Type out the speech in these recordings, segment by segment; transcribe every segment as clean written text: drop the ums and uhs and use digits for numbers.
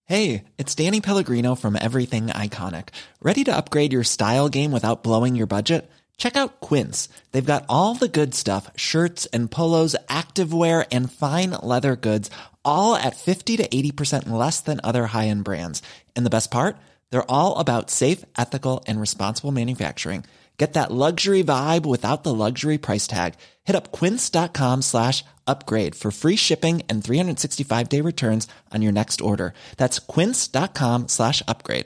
Hey, it's Danny Pellegrino from Everything Iconic. Ready to upgrade your style game without blowing your budget? Check out Quince. They've got all the good stuff, shirts and polos, activewear, and fine leather goods, all at 50 to 80% less than other high-end brands. And the best part? They're all about safe, ethical, and responsible manufacturing. Get that luxury vibe without the luxury price tag. Hit up quince.com/upgrade for free shipping and 365-day returns on your next order. That's quince.com/upgrade.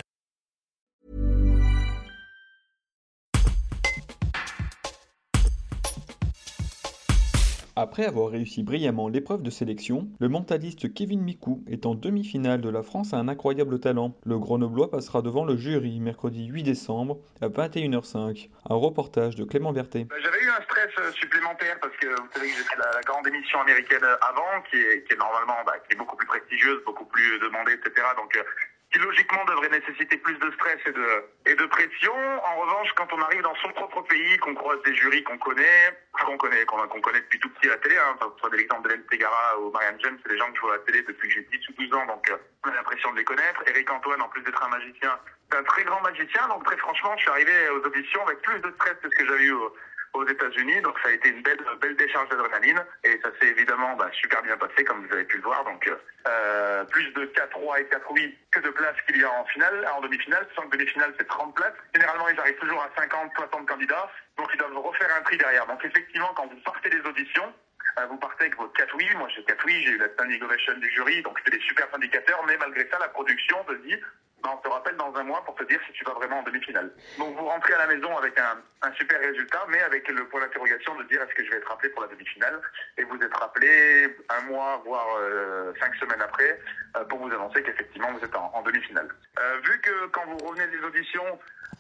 Après avoir réussi brillamment l'épreuve de sélection, le mentaliste Kevin Mikou est en demi-finale de La France a un incroyable talent. Le Grenoblois passera devant le jury mercredi 8 décembre à 21h05. Un reportage de Clément Berthet. J'avais eu un stress supplémentaire parce que vous savez que j'ai fait la grande émission américaine avant qui est normalement qui est beaucoup plus prestigieuse, beaucoup plus demandée, etc. Donc qui logiquement devrait nécessiter plus de stress et de pression. En revanche, quand on arrive dans son propre pays, qu'on croise des jurys qu'on connaît depuis tout petit à la télé, soit des exemples d'Hélène Ségara ou Marianne James, c'est des gens que je vois à la télé depuis que j'ai 10 ou 12 ans, donc on a l'impression de les connaître. Éric Antoine, en plus d'être un magicien, c'est un très grand magicien, donc très franchement, je suis arrivé aux auditions avec plus de stress que ce que j'avais eu aux États-Unis, donc ça a été une belle décharge d'adrénaline et ça s'est évidemment super bien passé comme vous avez pu le voir, donc plus de 4-3 et 4-8 que de places qu'il y a en finale, en demi-finale, sachant que demi-finale c'est 30 places, généralement ils arrivent toujours à 50-60 candidats, donc ils doivent refaire un tri derrière, donc effectivement quand vous partez des auditions, vous partez avec votre 4 oui, moi j'ai 4 oui, j'ai eu la standing ovation du jury, donc c'était des super indicateurs, mais malgré ça la production te dit on te rappelle dans un mois pour te dire si tu vas vraiment en demi-finale. Donc vous rentrez à la maison avec un super résultat, mais avec le point d'interrogation de dire est-ce que je vais être rappelé pour la demi-finale. Et vous êtes rappelé un mois, voire 5 semaines après, pour vous annoncer qu'effectivement vous êtes en demi-finale. Vu que quand vous revenez des auditions,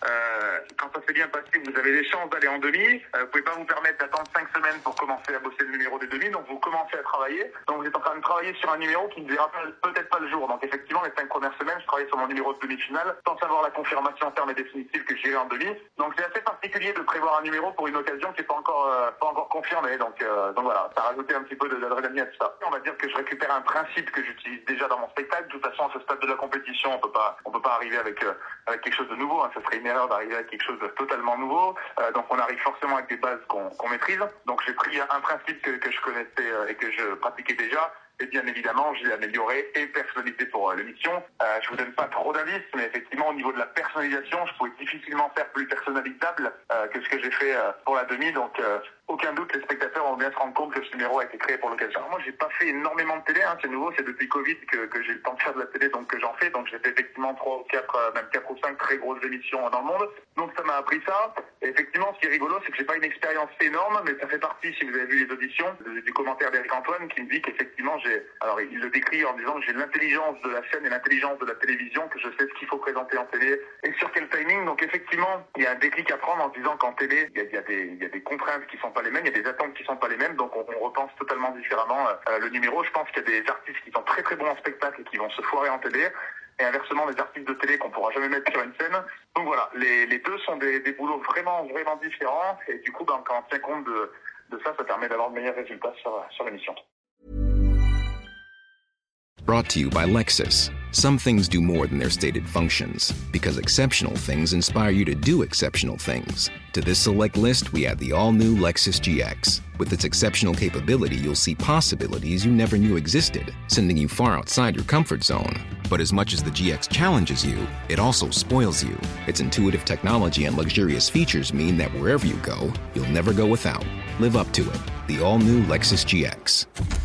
quand ça s'est bien passé, vous avez des chances d'aller en demi, vous pouvez pas vous permettre d'attendre 5 semaines pour commencer à bosser le numéro des demi, donc vous commencez à travailler. Donc vous êtes en train de travailler sur un numéro qui ne verra peut-être pas le jour. Donc effectivement, les 5 premières semaines, je travaillais sur mon numéro de demi-finale, sans savoir la confirmation ferme et définitive que j'irai en demi. Donc c'est assez particulier de prévoir un numéro pour une occasion qui n'est pas encore confirmée. Donc voilà, ça a rajouté un petit peu d'adrénaline à tout ça. On va dire que je récupère un principe que j'utilise déjà dans mon spectacle. De toute façon, à ce stade de la compétition, on peut pas arriver avec quelque chose de nouveau. Ça serait une erreur d'arriver avec quelque chose de totalement nouveau. Donc on arrive forcément avec des bases qu'on maîtrise. Donc j'ai pris un principe que je connaissais et que je pratiquais déjà. Et bien évidemment, je l'ai amélioré et personnalisé pour l'émission. Je vous donne pas trop d'indices, mais effectivement, au niveau de la personnalisation, je pouvais difficilement faire plus personnalisable que ce que j'ai fait pour la demi. Donc, aucun doute, les spectateurs vont bien se rendre compte que ce numéro a été créé pour l'occasion. Alors moi, j'ai pas fait énormément de télé, c'est nouveau, c'est depuis Covid que j'ai le temps de faire de la télé, donc que j'en fais. Donc j'ai fait effectivement 3 ou 4, même 4 ou 5 très grosses émissions dans le monde. Donc ça m'a appris ça. Et effectivement, ce qui est rigolo, c'est que j'ai pas une expérience énorme, mais ça fait partie, si vous avez vu les auditions, du commentaire d'Éric Antoine qui me dit qu'effectivement, alors il le décrit en disant que j'ai l'intelligence de la scène et l'intelligence de la télévision, que je sais ce qu'il faut présenter en télé et sur quel timing. Donc effectivement, il y a un déclic à prendre en se disant qu'en télé, il y a des contraintes qui sont pas les mêmes, il y a des attentes qui sont pas les mêmes, donc on repense totalement différemment le numéro. Je pense qu'il y a des artistes qui sont très très bons en spectacle et qui vont se foirer en télé, et inversement des artistes de télé qu'on pourra jamais mettre sur une scène. Donc voilà, les deux sont des boulots vraiment vraiment différents, et du coup quand on tient compte de ça permet d'avoir de meilleurs résultats sur l'émission. Brought to you by Lexus. Some things do more than their stated functions, because exceptional things inspire you to do exceptional things. To this select list, we add the all-new Lexus GX. With its exceptional capability, you'll see possibilities you never knew existed, sending you far outside your comfort zone. But as much as the GX challenges you, it also spoils you. Its intuitive technology and luxurious features mean that wherever you go, you'll never go without. Live up to it. The all-new Lexus GX.